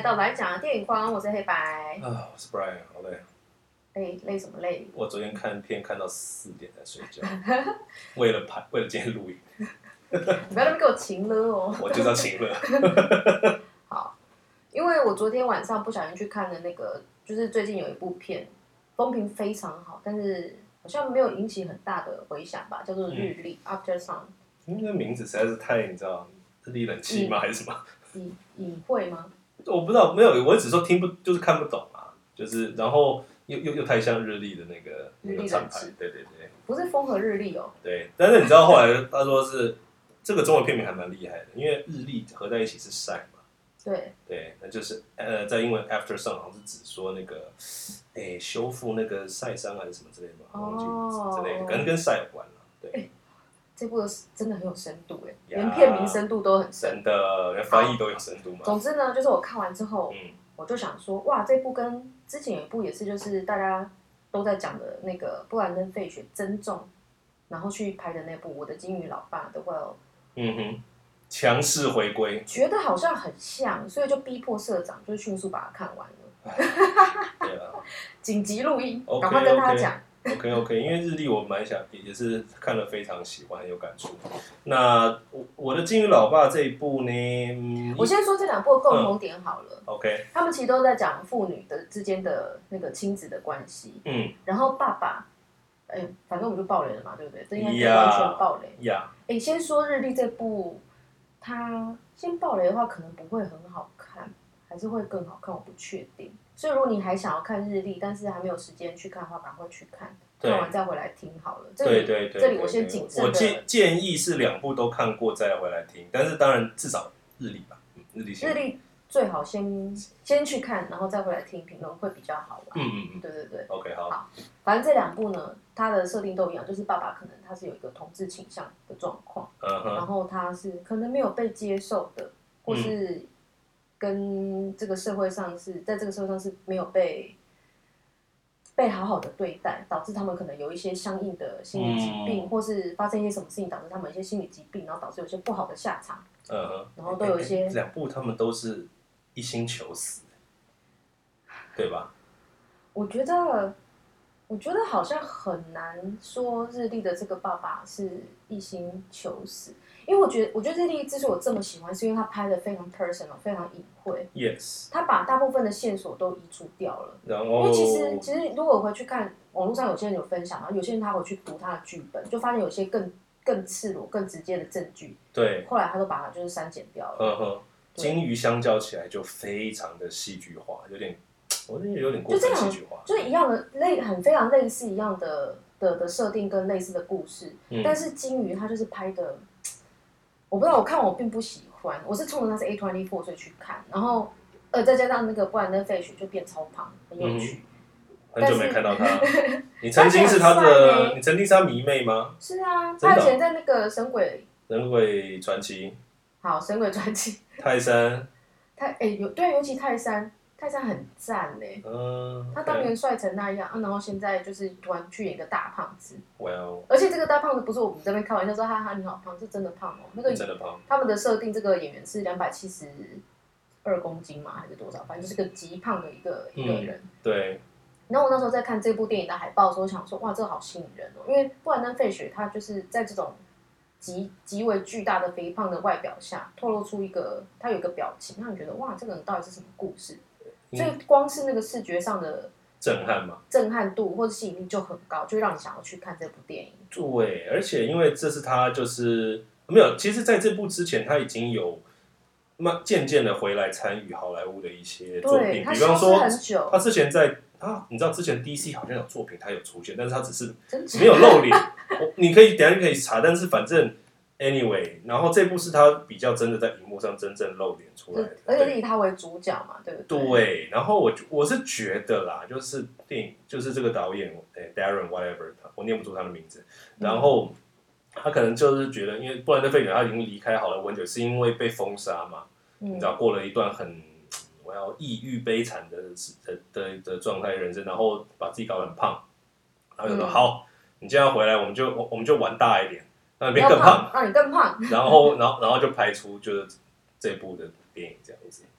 到来讲电影框，我是黑白。 我是 Brian， 好累。 累什么累？ 我昨天看片看到4点才睡觉，为了今天录影。 你不要那边给我情了哦！ 我就是要情了。 好，因为我昨天晚上不小心去看了那个，就是最近有一部片，风评非常好，但是好像没有引起很大的回响吧，叫做《日历》（After Sun）。 那名字实在是太，你知道，日历冷气吗？还是什么？ 隐晦吗？ 我不知道，没有，我只说就是看不懂啊，就是然后又太像日历的那个厂牌，对， 不是风和日丽哦。 对，但是你知道后来他说是这个中文片名还蛮厉害的，因为日历合在一起是晒嘛，对，那就是在英文 after sun 好像是指说那个修复那个晒伤还是什么之类的嘛，忘记之类的，可能跟晒有关了，对。 这部真的很有深度哎，连片名深度都很深， 真的，连翻译都有深度嘛。 总之呢，就是我看完之后，我就想说，哇，这部跟之前有一部也是，就是大家都在讲的那个布兰登·费雪珍重，然后去拍的那部《我的金鱼老爸》的 Well， 强势回归， 觉得好像很像，所以就逼迫社长就迅速把它看完了。 对啊， 紧急录音，赶快跟他讲。 OK， 因为日历我蛮想也是看了非常喜欢，很有感触。那我的金鱼老爸这一部呢， 我先说这两部的共同点好了。 OK， 他们其实都在讲父女之间的那个亲子的关系。然后爸爸，反正我们就爆雷了嘛，对不对？这应该是完全爆雷。先说日历这部，它先爆雷的话，可能不会很好看，还是会更好看，我不确定。所以如果你还想要看日历，但是还没有时间去看的话，赶快去看，看完再回来听好了。 对， 这里我先谨慎的。 我建议是2部都看过再回来听，但是当然至少日历吧，日历最好先去看，然后再回来听评论会比较好玩。对。 OK， 好。 反正这2部呢，它的设定都一样，就是爸爸可能他是有一个同志倾向的状况，然后他是可能没有被接受的，或是跟这个社会上在这个社会上是没有被好好的对待，导致他们可能有一些相应的心理疾病，或是发生一些什么事情导致他们一些心理疾病，然后导致有些不好的下场。然后都有一些 2部他们都是一心求死，对吧？ 我觉得好像很难说日历的这个爸爸是一心求死，因为我觉得日历之所以我这么喜欢，是因为他拍的非常 personal， 非常隐晦。 Yes， 他把大部分的线索都移除掉了。 然后， 因为其实如果我回去看网络上有些人有分享，然后有些人他回去读他的剧本，就发现有些更赤裸、更直接的证据。 对， 后来他都把它就是删减掉了。 金鱼相较起来就非常的戏剧化，我觉得有点过分戏剧化， 就是一样的非常类似一样的设定跟类似的故事，但是金鱼它就是拍的，我不知道，我看我并不喜欢，我是冲着它是 A24 所以去看，然后再加上那个布兰登·费雪就变超胖，很有趣。 很久没看到他，你曾经是他迷妹吗？ 是啊，他以前在那个神鬼传奇， 好，神鬼传奇， 泰山， 尤其泰山很赞嘞，他当年帅成那样，然后现在就是突然去演一个大胖子，而且这个大胖子不是我们这边开玩笑说哈哈你好胖，是真的胖哦，那个真的胖， 他们的设定这个演员是272公斤嘛还是多少，反正就是个极胖的一个人， 对。 然后我那时候在看这部电影的海报的时候，想说哇，这个好吸引人哦，因为布兰登·费雪他就是在这种极为巨大的肥胖的外表下，透露出他有一个表情，让你觉得哇，这个人到底是什么故事？所以光是那个视觉上的震撼度或者吸引力就很高，就会让你想要去看这部电影。 对，而且因为这是他就是没有，其实在这部之前他已经有渐渐的回来参与好莱坞的一些作品，比方说他之前你知道之前 DC 好像有作品他有出现，但是他只是没有露脸，你等一下可以查，但是反正 anyway， 然后这部是他比较真的在荧幕上真正露脸出来的， 而且是以他为主角嘛，对不对？ 对，然后我是觉得啦，就是电影就是这个导演Darren whatever， 我念不出他的名字，然后他可能就是觉得，因为布兰登·费雪他已经离开好莱坞很久，是因为被封杀嘛，你知道过了一段我要抑郁悲惨的状态人生，然后把自己搞得很胖，然后就说好，你既然要回来，我们就玩大一点，让你变更胖， 让你更胖， 然后就拍出就是这部的电影这样子。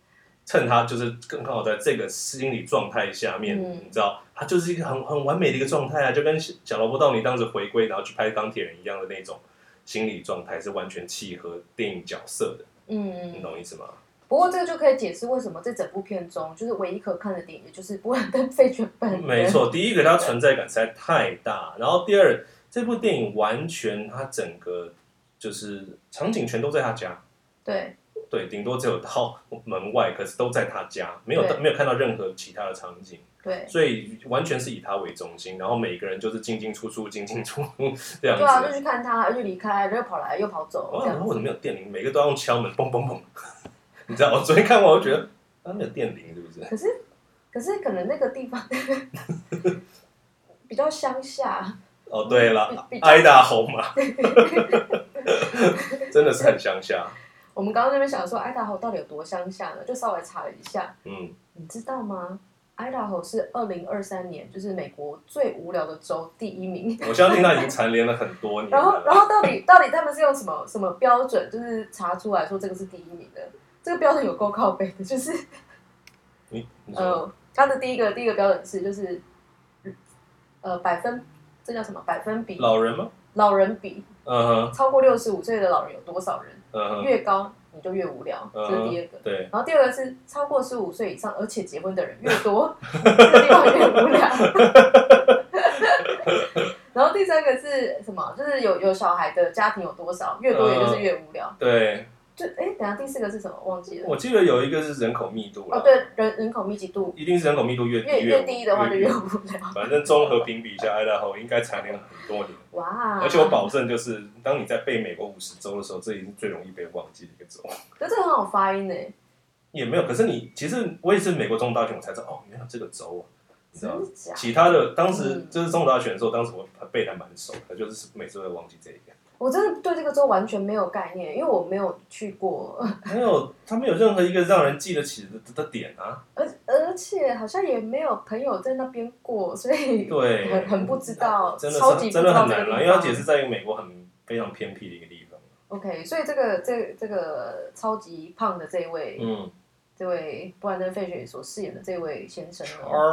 趁他就是刚好在这个心理状态下面，你知道，他就是一个很完美的一个状态啊，就跟小萝卜道尼当时回归然后去拍钢铁人一样的那种心理状态，是完全契合电影角色的。你懂意思吗？ 不过这个就可以解释为什么这整部片中就是唯一可看的点，也就是布兰登·费雪本人。 没错，第一个它存在感实在太大，然后第二，这部电影完全它整个就是场景全都在他家。对，顶多只有到门外，可是都在他家，没有看到任何其他的场景。 对， 所以完全是以他为中心，然后每个人就是进进出出这样子。对啊，就去看他，就离开，又跑来又跑走。 然后我怎么没有电铃？每个都要用敲门，嘣嘣嘣。你知道，我昨天看完，我就觉得没有电铃，是不是？ 可是可能那个地方比较乡下。 哦，对了，爱达荷嘛，真的是很乡下。 我们刚刚那边想说，爱达荷到底有多乡下呢？就稍微查了一下。你知道吗？爱达荷是2023年就是美国最无聊的州第1名。 我相信他已经蝉联了很多年了。 然后到底他们是用什么标准，就是查出来说这个是第1名的？这个标准有够靠北的，就是他的第一个标准是就是这叫什么百分比？ 老人吗？ 老人比，超过65岁的老人有多少人？越高你就越无聊，这是第二个。 对。 然后第二个是超过15岁以上而且结婚的人越多，这个地方越无聊。然后第三个是什么？就是有小孩的家庭有多少，越多也就是越无聊。 对。 等一下第4个是什么？忘记了。 我记得有一个是人口密度。 对，人口密集度一定是人口密度越低的话就越无聊。 反正综合评比一下，爱达荷应该蝉联了很多年。 哇！ 而且我保证，就是当你在背美国50州的时候，这已经最容易被忘记的一个州。 可是这很好发音呢。 也没有，可是其实我也是美国总统大选我才知道，原来这个州啊。你知道其他的当时就是总统大选的时候，当时我背得蛮熟的，就是每次会忘记这一个。 我真的对这个州完全没有概念，因为我没有去过。 没有，他没有任何一个让人记得起的点啊。 而且好像也没有朋友在那边过，所以对， 很不知道， 真的超级不知道很难啦，因为它也是在美国非常偏僻的一个地方。 OK， 所以这个超级胖的这一位，这位布兰登·费雪所饰演的这位先生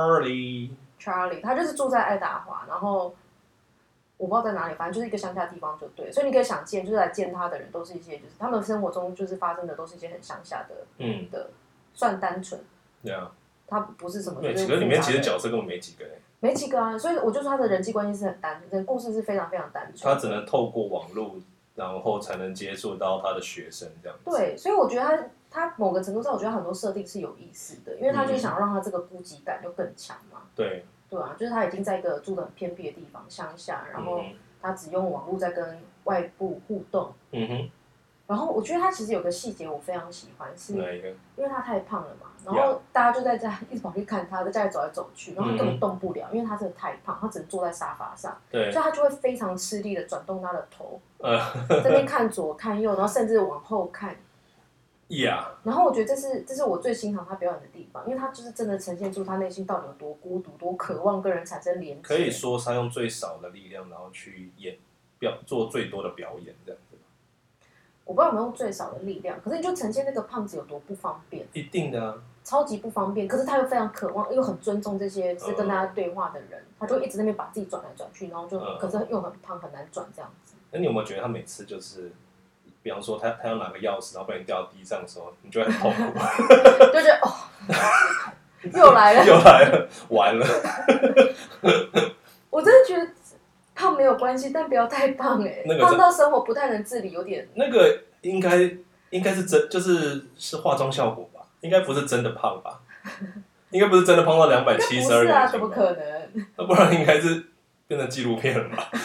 Charlie， 他就是住在爱达荷，然后我不知道在哪里，反正就是一个乡下地方就对，所以你可以想见，就是来见他的人都是一些，就是他们生活中就是发生的都是一些很乡下的，算单纯。 对啊， 他不是什么。 对，几个里面其实角色根本没几个没几个啊，所以我就说他的人际关系是很单纯，故事是非常非常单纯。 他只能透过网络，然后才能接触到他的学生这样子。 对，所以我觉得他某个程度上，我觉得他很多设定是有意思的，因为他就想要让他这个孤寂感就更强嘛。 对。 对啊，就是他已经在一个住得很偏僻的地方，乡下，然后他只用网络在跟外部互动。然后我觉得他其实有个细节我非常喜欢，是因为他太胖了嘛，然后大家就在家一直跑去看他，在家里走来走去，然后他根本动不了，因为他真的太胖，他只能坐在沙发上，所以他就会非常吃力的转动他的头，这边看左看右，然后甚至往后看。然后我觉得这是我最欣赏他表演的地方，因为他就是真的呈现出他内心到底有多孤独，多渴望跟人产生连接。 可以说他用最少的力量，然后去做最多的表演这样子。 我不知道有没有用最少的力量，可是你就呈现那个胖子有多不方便。 一定的啊， 超级不方便。可是他又非常渴望，又很尊重这些是跟大家对话的人，他就一直在那边把自己转来转去，然后就可是又很胖，很难转这样子。 那你有没有觉得他每次就是，比方说他要拿个钥匙，然后被你掉到地上的时候，你就会很痛苦， 就觉得哦，又来了， 完了。 我真的觉得。胖没有关系，但不要太胖胖到生活不太能自理，有点。 那个应该是真，是化妆效果吧？应该不是真的胖吧？应该不是真的胖到272公斤。不是啊，怎么可能？ 那不然应该是变成纪录片了吧？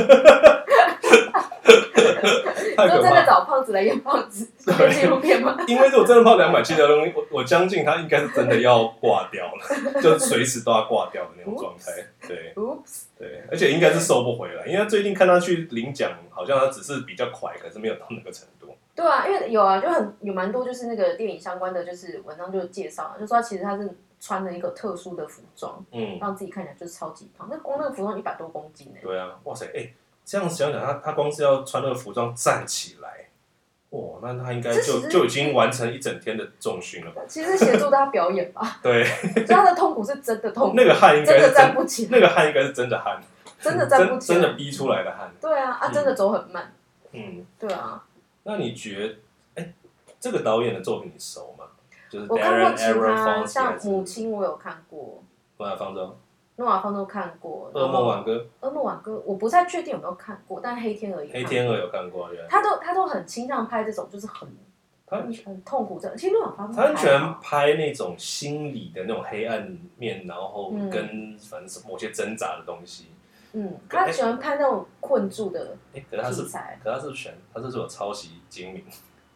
就真的找胖子来演胖子，演纪录片吗？ 因为如果真的胖272公斤，我相信他应该是真的要挂掉了，就随时都要挂掉的那种状态。对，对，而且应该是瘦不回来，因为他最近看他去领奖，好像他只是比较快，可是没有到那个程度。 对啊，因为有蛮多就是那个电影相关的就是文章就介绍，就说其实他是穿了一个特殊的服装，让自己看起来就是超级胖。那光那个服装100多公斤对啊，哇塞，这样想想，他光是要穿那个服装站起来， 哇，那他应该就已经完成一整天的重训了吧？ 其实协助他表演吧。 对， 所以他的痛苦是真的痛苦， 那个汗应该是真的站不起来， 那个汗应该是真的汗， 真的站不起来， 真的逼出来的汗。 对啊，真的走很慢。对啊。 那你觉得，这个导演的作品你熟吗？就是我看过其他，像《母亲》我有看过， 诺亚方舟。 诺亚方舟看过， 噩梦挽歌， 噩梦挽歌我不太确定有没有看过，但黑天鹅也看过。 黑天鹅有看过， 他都很倾向拍这种就是很痛苦的。其实诺亚方舟他很喜欢拍那种心理的那种黑暗面，然后跟反正某些挣扎的东西。 他喜欢拍那种困住的题材。可他是有抄袭精明。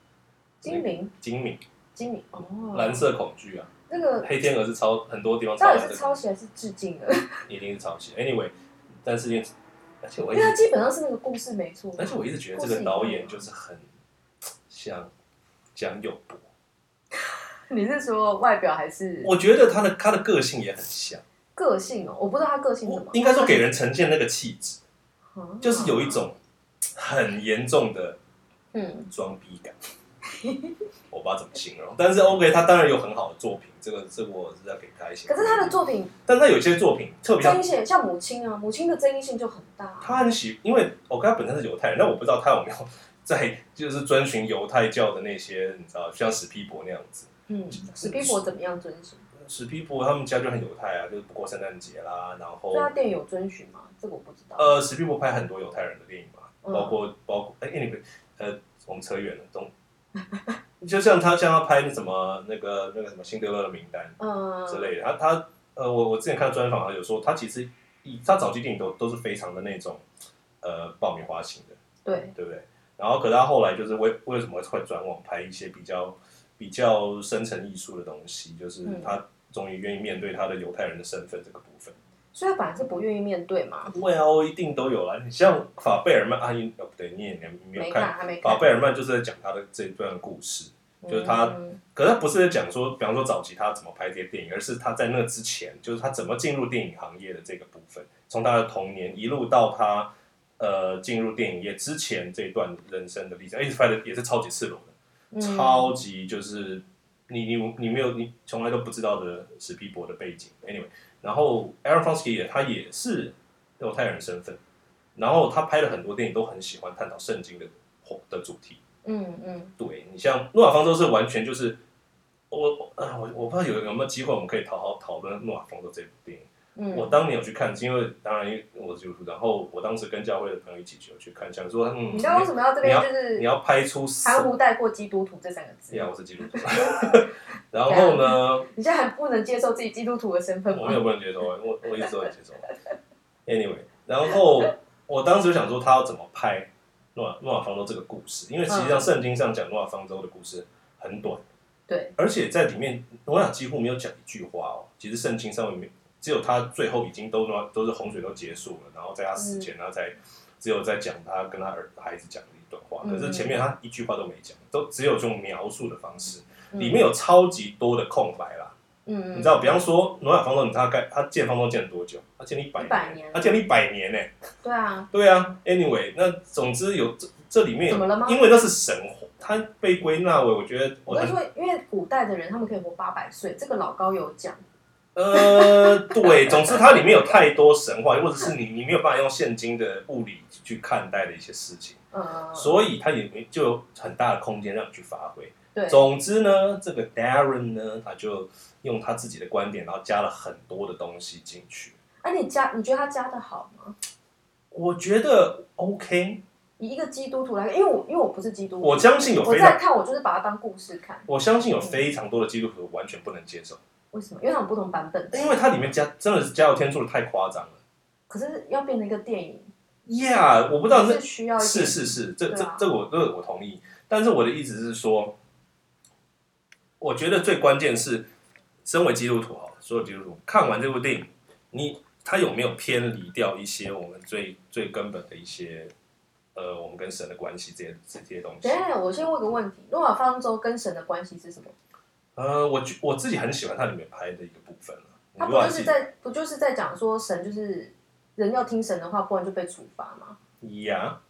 精明哦，蓝色恐惧啊。 那个黑天鹅是很多地方到底是抄袭还是致敬的？ 一定是抄袭。Anyway， 但是而且我因为他基本上是那个故事没错。 而且我一直觉得这个导演就是很像蒋友柏。 你是说外表还是？ 我觉得他的个性也很像。 个性哦，我不知道他个性怎么。 应该说给人呈现那个气质，就是有一种很严重的装逼感。我不知道怎么形容，但是 OK， 他当然有很好的作品，这个我是要给他一些。 可是他的作品， 但他有些作品特别争议性，像母亲啊，母亲的争议性就很大。 他很因为他本身是犹太人，但我不知道他有没有在就是遵循犹太教的那些，你知道，像史皮伯那样子。 史皮伯怎么样遵循？ 史皮伯他们家就很犹太啊，就是不过圣诞节啦，然后。 所以他电影有遵循吗？这个我不知道。 史皮伯拍很多犹太人的电影嘛，包括我们扯远了，就像他拍什么那个什么辛德勒的名单之类的，我之前看专访，他有说他其实他早期电影都是非常的那种爆米花型的，对不对？然后可是他后来就是为什么会转往拍一些比较深层艺术的东西，就是他终于愿意面对他的犹太人的身份这个部分。 所以他本来是不愿意面对嘛？ 不会啊，一定都有啦。你像法贝尔曼不对，你也没有看。 还没看。 法贝尔曼就是在讲他的这一段故事，就是他，可是他不是在讲说，比方说早期他怎么拍这些电影，而是他在那之前，就是他怎么进入电影行业的这个部分，从他的童年一路到他进入电影业之前这一段人生的历程，一直拍的也是超级赤裸的，超级就是你从来都不知道的史皮伯的背景。Anyway。然后 Aronofsky 他也是犹太人身份，然后他拍了很多电影都很喜欢探讨圣经的主题。对，你像《诺亚方舟》是完全就是我不知道有没有机会我们可以好好讨论《诺亚方舟》这部电影。我当年有去看，是因为我是基督徒，然后我当时跟教会的朋友一起有去看，想说你知道为什么要这边就是你要拍出含糊带过基督徒这3个字？ 我是基督徒。然后呢？ 你现在还不能接受自己基督徒的身份吗？ 我没有不能接受，我一直都很接受。Anyway， 然后我当时就想说他要怎么拍诺亚方舟这个故事，因为实际上圣经上讲诺亚方舟的故事很短， 对， 而且在里面诺亚几乎没有讲一句话哦。其实圣经上面只有他最后已经都是洪水都结束了，然后在他死前，他才只有在讲他跟他孩子讲的一段话，可是前面他一句话都没讲，都只有这种描述的方式，里面有超级多的空白啦。你知道，比方说诺亚方舟，你知道他建方舟建了多久？他建了100年，他建了100年呢。对啊 ，Anyway， 那总之有这里面怎么了吗？ 因为那是神话，它被归纳为我觉得我跟你说，因为古代的人他们可以活800岁，这个老高有讲。 对，总之它里面有太多神话，或者是你没有办法用现今的物理去看待的一些事情，所以它也就有很大的空间让你去发挥。 对， 总之呢，这个 Darren 呢，他就用他自己的观点，然后加了很多的东西进去。 你觉得他加的好吗？ 我觉得 OK。 以一个基督徒来看，因为我不是基督徒， 我相信有我在看，我就是把它当故事看。 我相信有非常多的基督徒完全不能接受。 为什么？因为它有不同版本。 因为它里面真的是加油添醋的太夸张了。 可是要变成一个电影 ，Yeah， 我不知道是需要是，这我同意。但是我的意思是说，我觉得最关键是，身为基督徒所有基督徒看完这部电影，他有没有偏离掉一些我们最根本的一些我们跟神的关系这些东西？ 对，我先问个问题：诺亚方舟跟神的关系是什么？ 我自己很喜欢它里面拍的一个部分了。 他不就是在讲说神就是人要听神的话，不然就被处罚吗？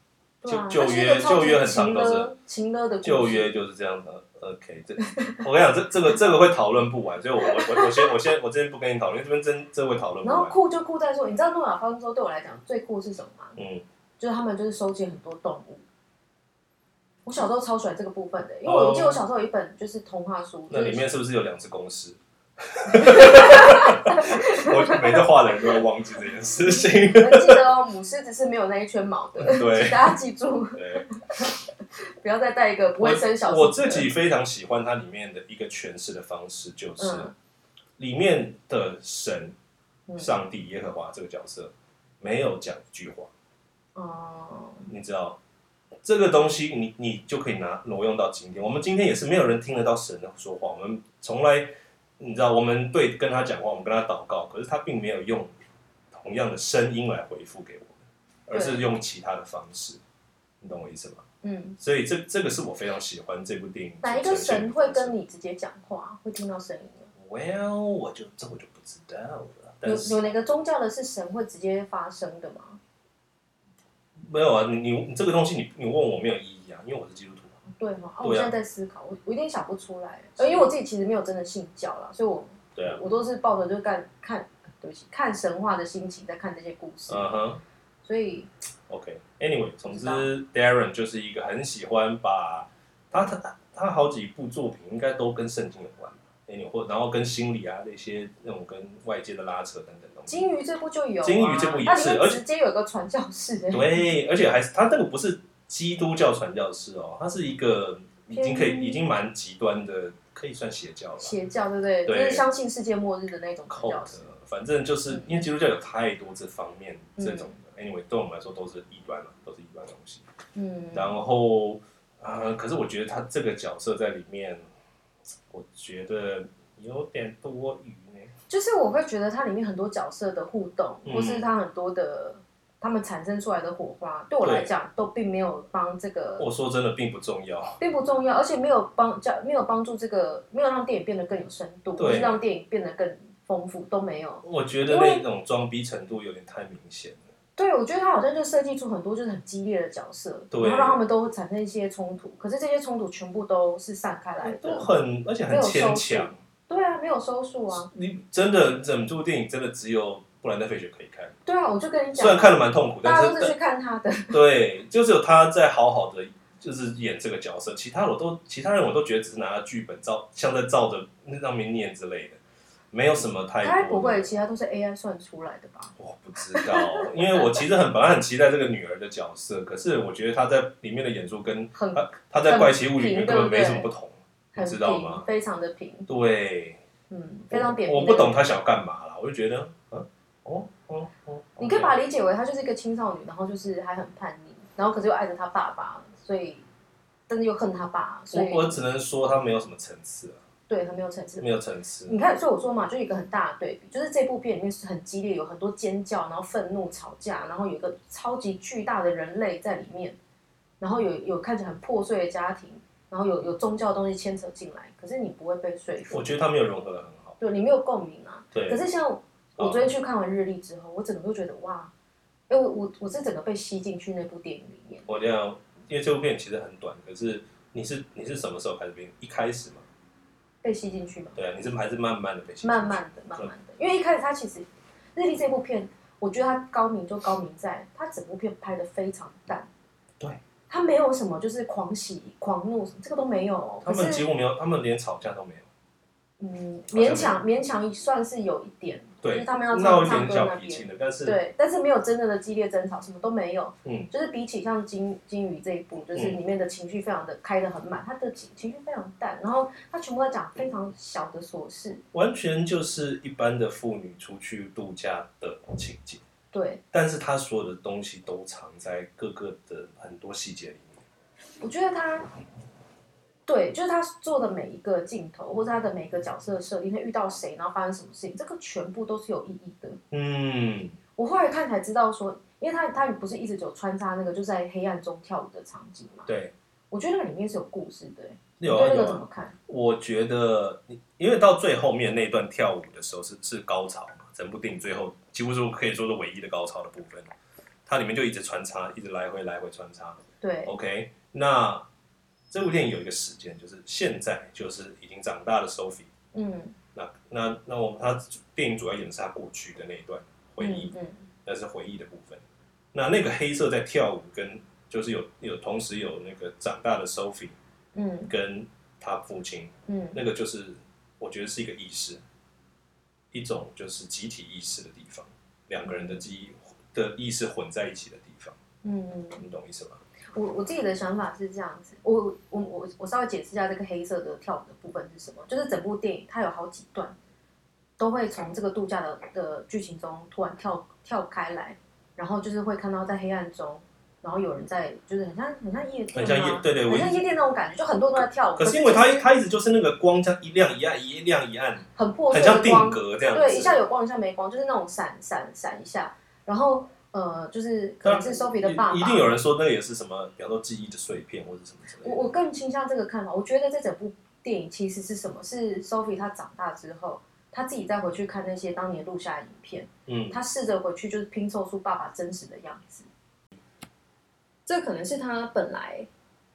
旧约很常都是情勒的故事， 旧约就是这样的。OK， 我跟你讲，这个会讨论不完，所以我这边不跟你讨论，这边这会讨论不完。 然后酷就酷在说，你知道诺亚方舟对我来讲最酷是什么吗？就是他们就是收集很多动物。我小时候超喜欢这个部分的，因为我记得我小时候有一本就是童话书， 那里面是不是有2只公狮？我每个画的人都会忘记这件事情。 我记得哦，母狮子是没有那一圈毛的， 对， 请大家记住，不要再带一个不会生小狮子。 我自己非常喜欢它里面的一个诠释的方式，就是里面的神、上帝、耶和华这个角色没有讲一句话。你知道这个东西你就可以挪用到今天。我们今天也是没有人听得到神说话，我们从来。你知道，我们跟他讲话，我们跟他祷告，可是他并没有用同样的声音来回复给我们，而是用其他的方式，你懂我意思吗？所以这个是我非常喜欢这部电影。 哪一个神会跟你直接讲话，会听到声音的 ？Well， 我就不知道了。 有哪个宗教的是神会直接发声的吗？ 没有啊，你这个东西你问我没有意义啊，因为我是基督徒。 对吗？我现在在思考，我有点想不出来，因为我自己其实没有真的信教啦，所以我都是抱着就看神话的心情在看这些故事。所以 OK，Anyway， 总之 Darren 就是一个很喜欢把他好几部作品应该都跟圣经有关。然后跟心理啊那种跟外界的拉扯等等东西。 金鱼这部就有， 金鱼这部也是， 而且直接有一个传教士。 对，而且他那个不是基督教传教士哦，他是一个已经蛮极端的，可以算邪教了。 邪教对不对？就是相信世界末日的那种传教士。 反正就是因为基督教有太多这方面这种的，Anyway， 对我们来说都是异端了，都是异端的东西。然后可是我觉得他这个角色在里面。我觉得有点多余呢。 就是我会觉得它里面很多角色的互动，或是它很多的他们产生出来的火花，对我来讲都并没有帮这个。 我说真的，并不重要， 而且没有帮助这个，没有让电影变得更有深度，或是让电影变得更丰富，都没有。 我觉得那种装逼程度有点太明显了。 对，我觉得他好像就设计出很多就是很激烈的角色，然后让他们都产生一些冲突，可是这些冲突全部都是散开来的， 而且很牵强。 对啊，没有收束啊！ 你真的整部电影真的只有布兰登·费雪可以看。 对啊，我就跟你讲， 虽然看得蛮痛苦， 大家都是去看他的。 对，就只有他在好好的就是演这个角色，其他人我都觉得只是拿剧本像在照着那上面念之类的。没有什么太多， 他不会，其他都是 AI 算出来的吧？ 我不知道，因为我其实本来很期待这个女儿的角色，可是我觉得她在里面的演出跟她在《怪奇物语》里面根本没什么不同，你知道吗？ 非常的平。 对， 非常扁平。 我不懂她想要干嘛啦，我就觉得， 你可以把它理解为她就是一个青少女，然后就是还很叛逆，然后可是又爱着她爸爸，所以但是又恨她爸，所以我只能说她没有什么层次啊。 对，他没有层次， 没有层次。 你看，所以我说嘛，就一个很大的对比，就是这部片里面是很激烈，有很多尖叫，然后愤怒、吵架，然后有一个超级巨大的人类在里面，然后有看起来很破碎的家庭，然后有宗教的东西牵扯进来，可是你不会被说服。 我觉得他没有融合得很好。 对，你没有共鸣啊。 对。 可是像我昨天去看完《日历》之后，我整个都觉得哇，因为我是整个被吸进去那部电影里面。 因为这部片其实很短，可是你是什么时候开始一开始吗？ 被吸进去嘛？ 对啊，你还是慢慢的被吸进去。 慢慢的，因为一开始他其实《日历》这部片，我觉得他高明就高明在，他整部片拍的非常淡。 对。 他没有什么就是狂喜、狂怒什么，这个都没有。 他们几乎没有，他们连吵架都没有。 勉强算是有一点，就是他们要唱歌那边，对，但是没有真正的激烈争吵，什么都没有。就是比起像金鱼这一部，就是里面的情绪非常的开得很满，他的情绪非常淡，然后他全部在讲非常小的琐事， 完全就是一般的妇女出去度假的情景。 对， 但是他所有的东西都藏在各个的很多细节里面。 我觉得他。对，就是他做的每一个镜头，或者他的每个角色的设定，他遇到谁，然后发生什么事情，这个全部都是有意义的。我后来看才知道说，因为他不是一直有穿插那个就在黑暗中跳舞的场景嘛。 对， 我觉得那个里面是有故事的。 你对那个怎么看？ 我觉得，因为到最后面那段跳舞的时候是高潮嘛，整部电影最后几乎是可以说是唯一的高潮的部分。 它里面就一直穿插，一直来回穿插。 对 ，OK， 那这部电影有一个时间，就是现在，就是已经长大的 Sophie。那他电影主要演的是他过去的那一段回忆，那是回忆的部分。那个黑色在跳舞，跟就是同时有那个长大的 Sophie，跟他父亲，那个就是我觉得是一个意识，一种就是集体意识的地方，两个人的意识混在一起的地方。你懂意思吗？ 我自己的想法是这样子，我稍微解释一下这个黑色的跳舞的部分是什么，就是整部电影它有好几段都会从这个度假的剧情中突然跳开来，然后就是会看到在黑暗中，然后有人在就是很像夜店， 对， 很像夜店那种感觉，就很多人都在跳舞。 可是因为它一直就是那个光这样一亮一暗，一亮一暗， 很破碎的光，很像定格这样子。 对，一下有光，一下没光，就是那种闪一下，然后。就是可能是 Sophie 的爸爸， 一定有人说那个也是什么，比方说记忆的碎片或者什么之类的。 我更倾向这个看法，我觉得这整部电影其实是什么？是 Sophie 她长大之后，她自己再回去看那些当年录下的影片，她试着回去就是拼凑出爸爸真实的样子。这可能是他本来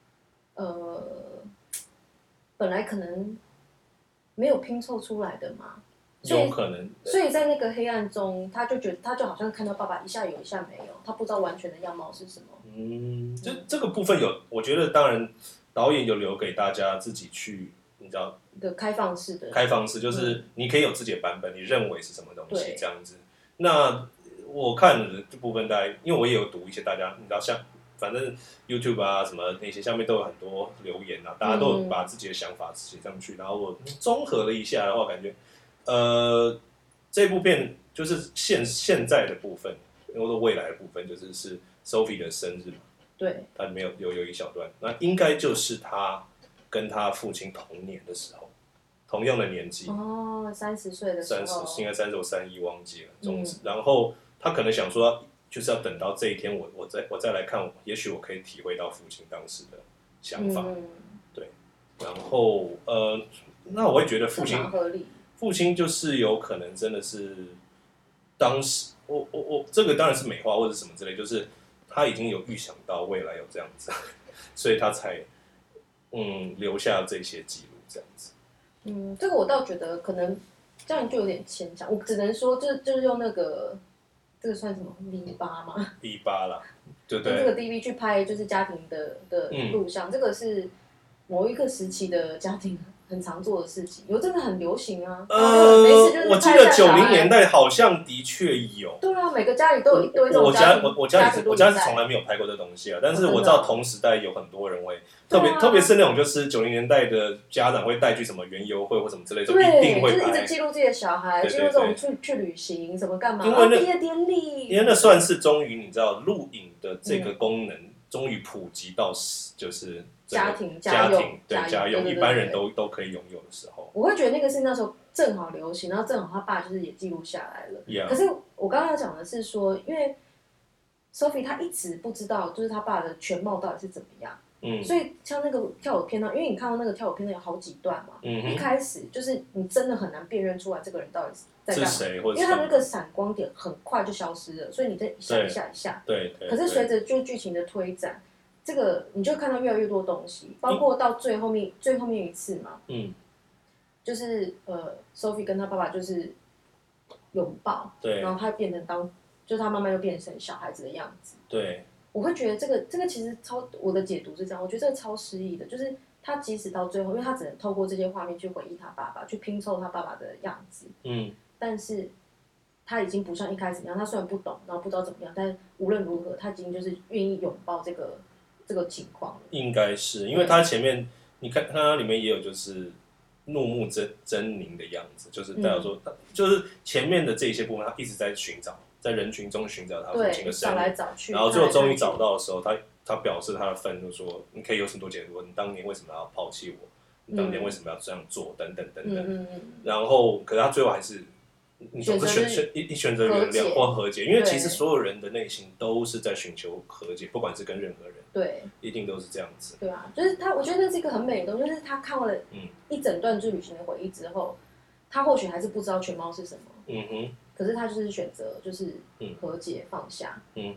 可能没有拼凑出来的嘛。 有可能， 所以在那个黑暗中，他就觉得他就好像看到爸爸一下有一下没有，他不知道完全的样貌是什么。 这个部分我觉得当然导演有留给大家自己去，你知道的开放式就是你可以有自己的版本，你认为是什么东西这样子。那我看的这部分大概，因为我也有读一些大家，你知道像反正 YouTube 啊什么那些下面都有很多留言啊，大家都有把自己的想法写上去，然后我综合了一下的话，感觉。这部片就是现在的部分，或者未来的部分，是 Sophie 的生日嘛？ 对， 他里面有一小段，那应该就是他跟他父亲同年的时候，同样的年纪 ，30岁的时候 ，30应该30或31忘记了，总之，然后他可能想说，就是要等到这一天我再来看，也许我可以体会到父亲当时的想法，对，然后那我会觉得父亲合理。 父亲就是有可能真的是当时，我这个当然是美化或者什么之类，就是他已经有预想到未来有这样子，所以他才留下这些记录这样子。 这个我倒觉得可能这样就有点牵强，我只能说就是用那个这个算什么 V8 吗 ？V8啦，对对。 用这个 DV 去拍就是家庭的录像，这个是某一个时期的家庭。很常做的事情，有真的很流行啊。没事就是我记得90年代好像的确有。 对啊，每个家里都有一堆这种家庭。 我家是从来没有拍过这东西啊，但是我知道同时代有很多人会，特别是那种就是90年代的家长会带去什么园游会或什么之类的，就一定会拍。 就是一直记录自己的小孩，记录这种去旅行什么干嘛， 因为毕业典礼。 因为那算是终于你知道录影的这个功能终于普及到就是家庭家用，一般人都可以拥有的时候， 我会觉得那个是那时候正好流行，然后正好他爸就是也记录下来了。可是我刚刚要讲的是说，因为 Sophie 她一直不知道就是他爸的全貌到底是怎么样，所以像那个跳舞片段，因为你看到那个跳舞片段有好几段嘛，一开始就是你真的很难辨认出来这个人到底在干嘛， 是谁， 因为他那个闪光点很快就消失了，所以你在一下， 对。 可是随着就剧情的推展。这个你就看到越来越多东西，包括到最后面一次嘛，就是Sophie 跟他爸爸就是拥抱， 对， 然后他变成就是他慢慢又变成小孩子的样子， 对， 我会觉得这个其实我的解读是这样，我觉得这个超诗意的，就是他即使到最后，因为他只能透过这些画面去回忆他爸爸，去拼凑他爸爸的样子，但是他已经不像一开始那样，他虽然不懂，然后不知道怎么样，但无论如何，他已经就是愿意拥抱这个情况， 应该是因为他前面你看它里面也有就是怒目狰狞的样子，就是代表说，就是前面的这些部分，他一直在寻找，在人群中寻找他父亲的身影，然后最后终于找到的时候，他表示他的愤怒，说你可以有很多解读，你当年为什么要抛弃我？你当年为什么要这样做？等等等等。然后，可是他最后还是。你总是选择原谅或和解，因为其实所有人的内心都是在寻求和解，不管是跟任何人， 对， 一定都是这样子。 对啊，就是他，我觉得那是一个很美的东西，就是他看完了一整段去旅行的回忆之后，他或许还是不知道全貌是什么，可是他就是选择就是和解放下，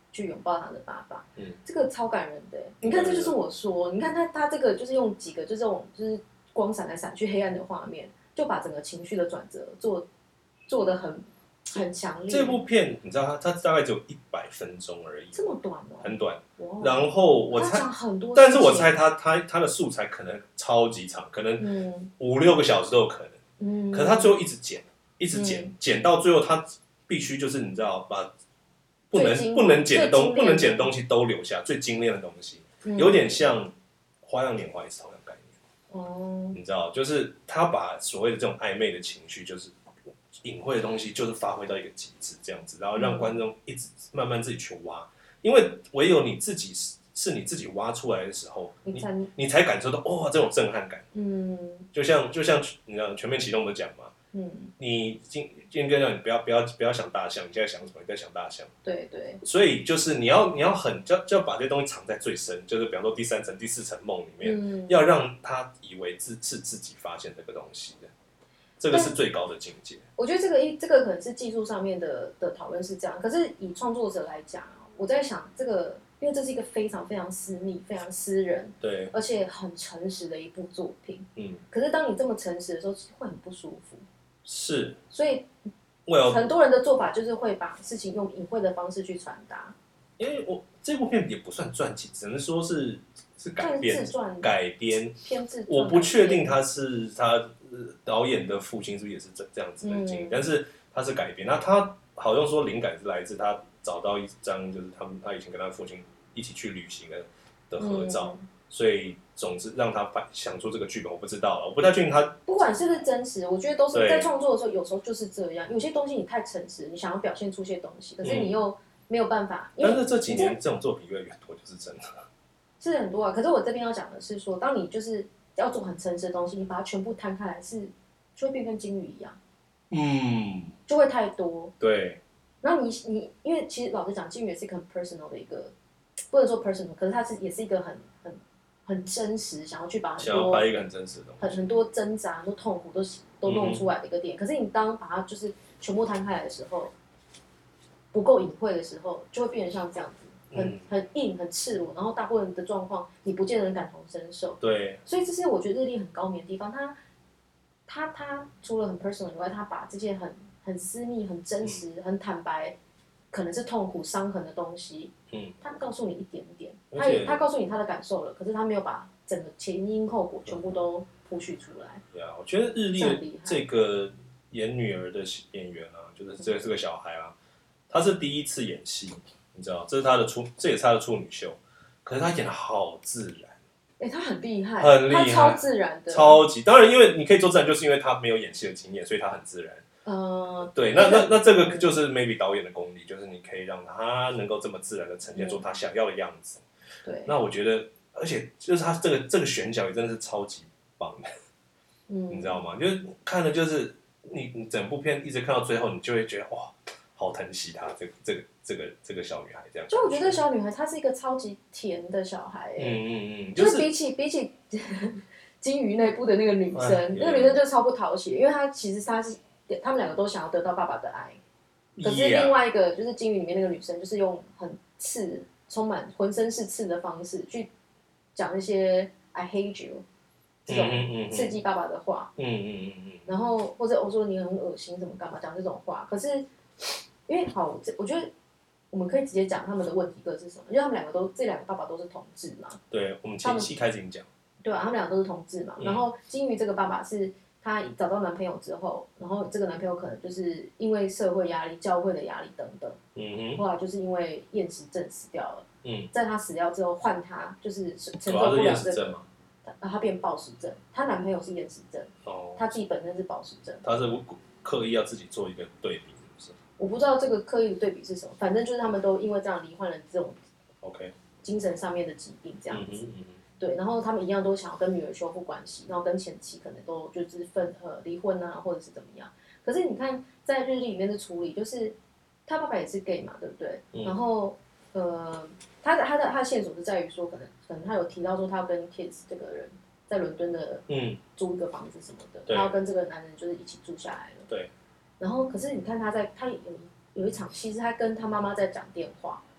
去拥抱他的爸爸，这个超感人的。你看，这就是我说，你看他这个就是用几个就这种就是光闪来闪去黑暗的画面，就把整个情绪的转折做得很强烈。 这部片你知道它大概只有100分钟而已， 这么短哦， 很短。然后我猜，但是我猜他的素材可能超级长，可能5-6个小时都有可能。可是他最后一直剪到最后，他必须就是你知道把不能剪的东西都留下，最精炼的东西，有点像《花样年华》也是同样概念。你知道，就是他把所谓的这种暧昧的情绪，就是隐晦的东西，就是发挥到一个极致这样子，然后让观众一直慢慢自己去挖，因为唯有你自己是你自己挖出来的时候，你才感受到这种震撼感。就像你知道全面启动的讲嘛，你今天跟你讲，你不要想大象，你现在想什么？你在想大象。 对对。 所以就是你要就要把这些东西藏在最深，就是比方说第3层、第4层梦里面，要让他以为是自己发现这个东西的，这个是最高的境界。 我觉得这个可能是技术上面的讨论是这样，可是以创作者来讲，我在想这个，因为这是一个非常非常私密、非常私人， 对， 而且很诚实的一部作品。可是当你这么诚实的时候，会很不舒服。 是， 所以很多人的做法就是会把事情用隐晦的方式去传达。 因为这部片也不算传记，只能说是改编，偏自传。我不确定他导演的父亲是不是也是这样子的经历，但是他是改编。那他好像说灵感是来自他找到一张就是他以前跟他父亲一起去旅行的合照，所以总之让他想出这个剧本，我不知道了，我不太确定他不管是不是真实，我觉得都是在创作的时候，有时候就是这样。有些东西你太诚实，你想要表现出些东西，可是你又没有办法。 但是这几年这种作品越来越多，就是真的。 是很多啊，可是我这边要讲的是说，当你就是要做很诚实的东西，你把它全部摊开来，就会变跟金鱼一样，就会太多。 对。 然后你，因为其实老实讲，金鱼也是一个很 personal 的一个，不能说 personal， 可是它也是一个很真实，想要去把想要拍一个很真实的东西， 很多挣扎、很多痛苦都弄出来的一个点。可是你当把它就是全部摊开来的时候，不够隐晦的时候，就会变成像这样子。很硬很赤裸，然后大部分的状况你不见得能感同身受。 对， 所以这是我觉得日历很高明的地方。他除了很 personal 以外，他把这件很私密、很真实、很坦白，可能是痛苦伤痕的东西，他告诉你一点点，他告诉你他的感受了，可是他没有把整个前因后果全部都铺叙出来。 对啊，我觉得日历这个演女儿的演员啊，就是这个小孩啊，他是第一次演戏。你知道，这也是他的处女秀，可是他演的好自然。 他很厉害， 很厉害， 他超自然的， 超级。当然，因为你可以做自然，就是因为他没有演戏的经验，所以他很自然。对，那这个就是 maybe 导演的功力，就是你可以让他能够这么自然的呈现出他想要的样子。 对， 那我觉得，而且就是他这个选角也真的是超级棒的。你知道吗？就是看了就是你整部片一直看到最后，你就会觉得哇。好疼惜她这个小女孩这样。 就我觉得这个小女孩她是一个超级甜的小孩，就是比起金鱼那部的那个女生，那个女生就超不讨喜，因为她其实他们两个都想要得到爸爸的爱，可是另外一个就是金鱼里面那个女生，就是用很充满浑身是刺的方式去讲一些 I hate you 这种刺激爸爸的话，然后或者我说你很恶心，怎么干嘛讲这种话，可是。因为好，我觉得我们可以直接讲他们的问题各是什么，因为他们这两个爸爸都是同志嘛。 对，我们前期开始已经讲。 对啊，他们两个都是同志嘛。然后金鱼这个爸爸是他找到男朋友之后，然后这个男朋友可能就是因为社会压力、教会的压力等等，后来就是因为厌食症死掉了。在他死掉之后，换他就是承受不了这个，他变暴食症。她男朋友是厌食症，他自己本身是暴食症。 他是刻意要自己做一个对比。 我不知道这个刻意的对比是什么，反正就是他们都因为这样罹患了这种精神上面的疾病这样子。对，然后他们一样都想要跟女儿修复关系，然后跟前妻可能都就是离婚啊，或者是怎么样。可是你看在日历里面的处理，就是他爸爸也是 gay 嘛，对不对？然后他的线索是在于说，可能他有提到说他要跟 Kids 这个人在伦敦的租一个房子什么的，他要跟这个男人就是一起住下来了。 对。 然后，可是你看他有一场戏是他跟他妈妈在讲电话，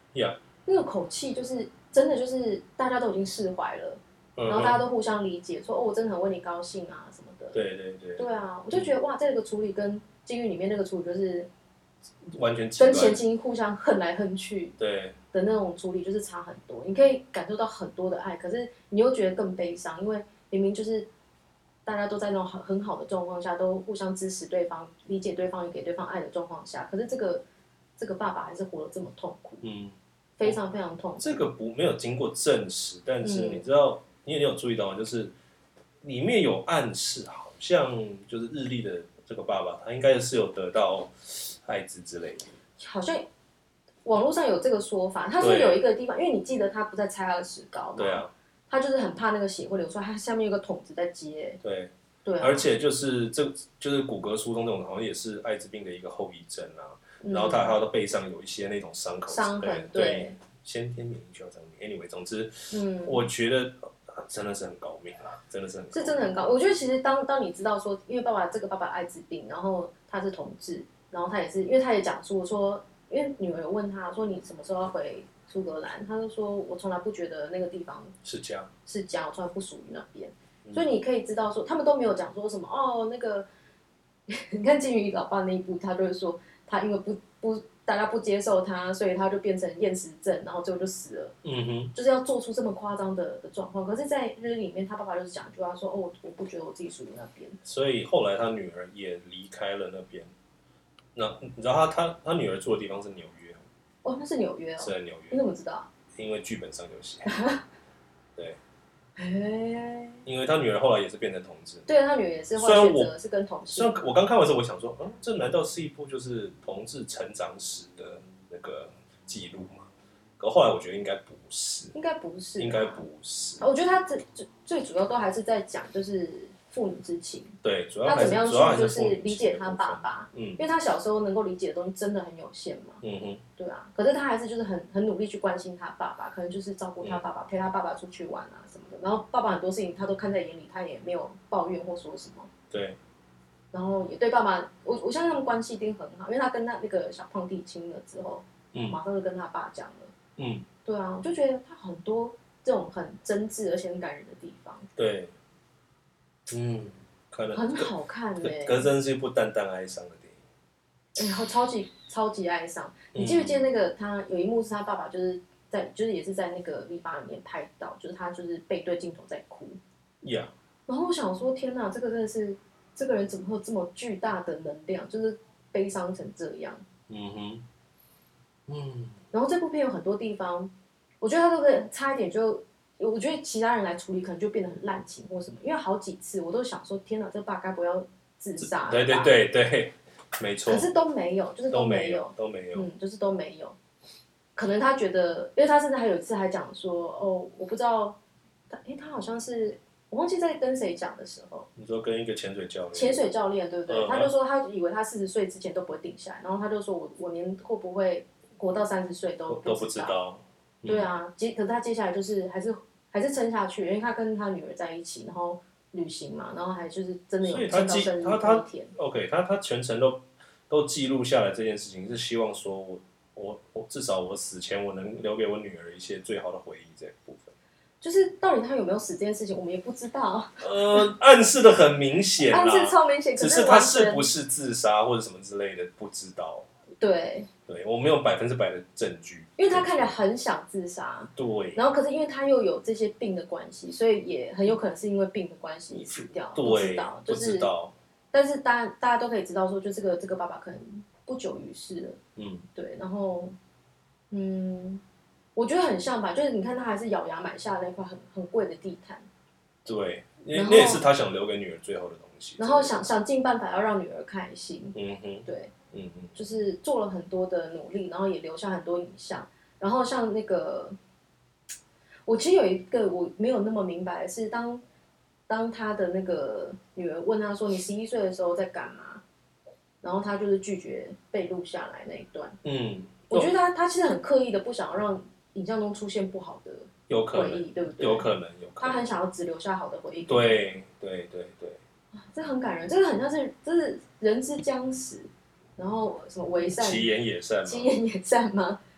，Yeah， 那个口气就是真的就是大家都已经释怀了，然后大家都互相理解，说哦，我真的很为你高兴啊什么的。 对对对。 对啊，我就觉得哇，这个处理跟监狱里面那个处理就是完全跟前妻互相恨来恨去对的那种处理就是差很多，你可以感受到很多的爱，可是你又觉得更悲伤，因为明明就是大家都在那种很好的状况下，都互相支持对方、理解对方、也给对方爱的状况下，可是这个爸爸还是活得这么痛苦，非常非常痛苦。 这个没有经过证实，但是你知道，你有注意到吗？就是里面有暗示，好像就是日历的这个爸爸，他应该是有得到艾滋之类的， 好像。网络上有这个说法，他说有一个地方，因为你记得他不在拆他的石膏嘛， 对啊， 他就是很怕那个血会流出来，他下面有个桶子在接，对啊， 而且就是就是骨骼疏松这种，好像也是艾滋病的一个后遗症啊。然后他的背上有一些那种伤痕， 对，先天免疫就要这样。Anyway， 总之，我觉得真的是很高明啊，真的是是真的很高。我觉得其实当你知道说，因为这个爸爸艾滋病，然后他是同志，然后他也是，因为他也讲述说。因为女儿有问他说：“你什么时候要回苏格兰？”他就说：“我从来不觉得那个地方是家， 我从来不属于那边。”所以你可以知道说，他们都没有讲说什么哦，那个你看金鱼老爸那一部，他就会说他因为大家不接受他，所以他就变成厌食症，然后最后就死了。就是要做出这么夸张的状况。可是，在日里面，他爸爸就是讲一句话说：“哦，我不觉得我自己属于那边。” 所以后来他女儿也离开了那边。那你知道他女儿住的地方是纽约哦，那是纽约哦， 是在纽约。 你怎么知道？ 因为剧本上有写。对。因为他女儿后来也是变成同志。 对，他女儿也是后来选择是跟同事。 虽然我刚看完之后，我想说，这难道是一部就是同志成长史的那个记录吗？可后来我觉得应该不是。 应该不是。 我觉得他最主要都还是在讲就是父女之情。 对，主要他怎么样去就是理解他爸爸， 因为他小时候能够理解的东西真的很有限嘛。对啊，可是他还是就是很努力去关心他爸爸，可能就是照顾他爸爸，陪他爸爸出去玩啊什么的。然后爸爸很多事情他都看在眼里，他也没有抱怨或说什么。 对。 然后也对爸爸，我相信他们关系一定很好，因为他跟那个小胖弟亲了之后，马上就跟他爸讲了。对啊，我就觉得他很多这种很真挚而且很感人的地方。 对。可能很好看耶。 可是真是一部淡淡哀伤的电影。 超级哀伤。你记不记得那个他有一幕是他爸爸就是也是在那个篱笆里面拍到，就是他就是背对镜头在哭。 Yeah。 然后我想说，天哪，这个真的是这个人怎么会有这么巨大的能量，就是悲伤成这样。然后这部片有很多地方，我觉得他都可以差一点就。我觉得其他人来处理可能就变得很滥情或什么，因为好几次我都想说，天哪，这爸该不要自杀了吧？ 对，没错。 可是都没有，就是都没有，就是都没有。可能他觉得，因为他甚至还有一次还讲说，哦，我不知道，他好像是我忘记在跟谁讲的时候。 你说跟一个潜水教练？ 潜水教练对不对？他就说他以为他40岁之前都不会定下来，然后他就说我连会不会活到30岁都不知道。对啊，可是他接下来就是还是撑下去，因为他跟他女儿在一起，然后旅行嘛，然后还就是真的有撑到生日那一天。 OK， 他全程都记录下来这件事情，是希望说我至少我死前我能留给我女儿一些最好的回忆这部分。 就是到底他有没有死这件事情，我们也不知道。 暗示的很明显， 暗示超明显， 只是他是不是自杀或者什么之类的不知道。 对， 我没有100%的证据， 因为他看起来很想自杀。 对， 然后可是因为他又有这些病的关系，所以也很有可能是因为病的关系死掉。 对， 不知道。但是大家都可以知道说，就这个爸爸可能不久于世了。对，然后我觉得很像吧，就是你看他还是咬牙买下那块很贵的地毯。 对，那也是他想留给女儿最后的东西。 然后想尽办法要让女儿开心。对。就是做了很多的努力，然后也留下很多影像。然后像那个，我其实有一个我没有那么明白的是，当他的那个女儿问他说：“你11岁的时候在干嘛？”然后他就是拒绝被录下来那一段。我觉得他其实很刻意的不想让影像中出现不好的回忆，对不对？ 有可能。 他很想要只留下好的回忆。 对。 这很感人，这个很像是这是人之将死。然后什么为善， 其言也善吗？ 其言也善吗？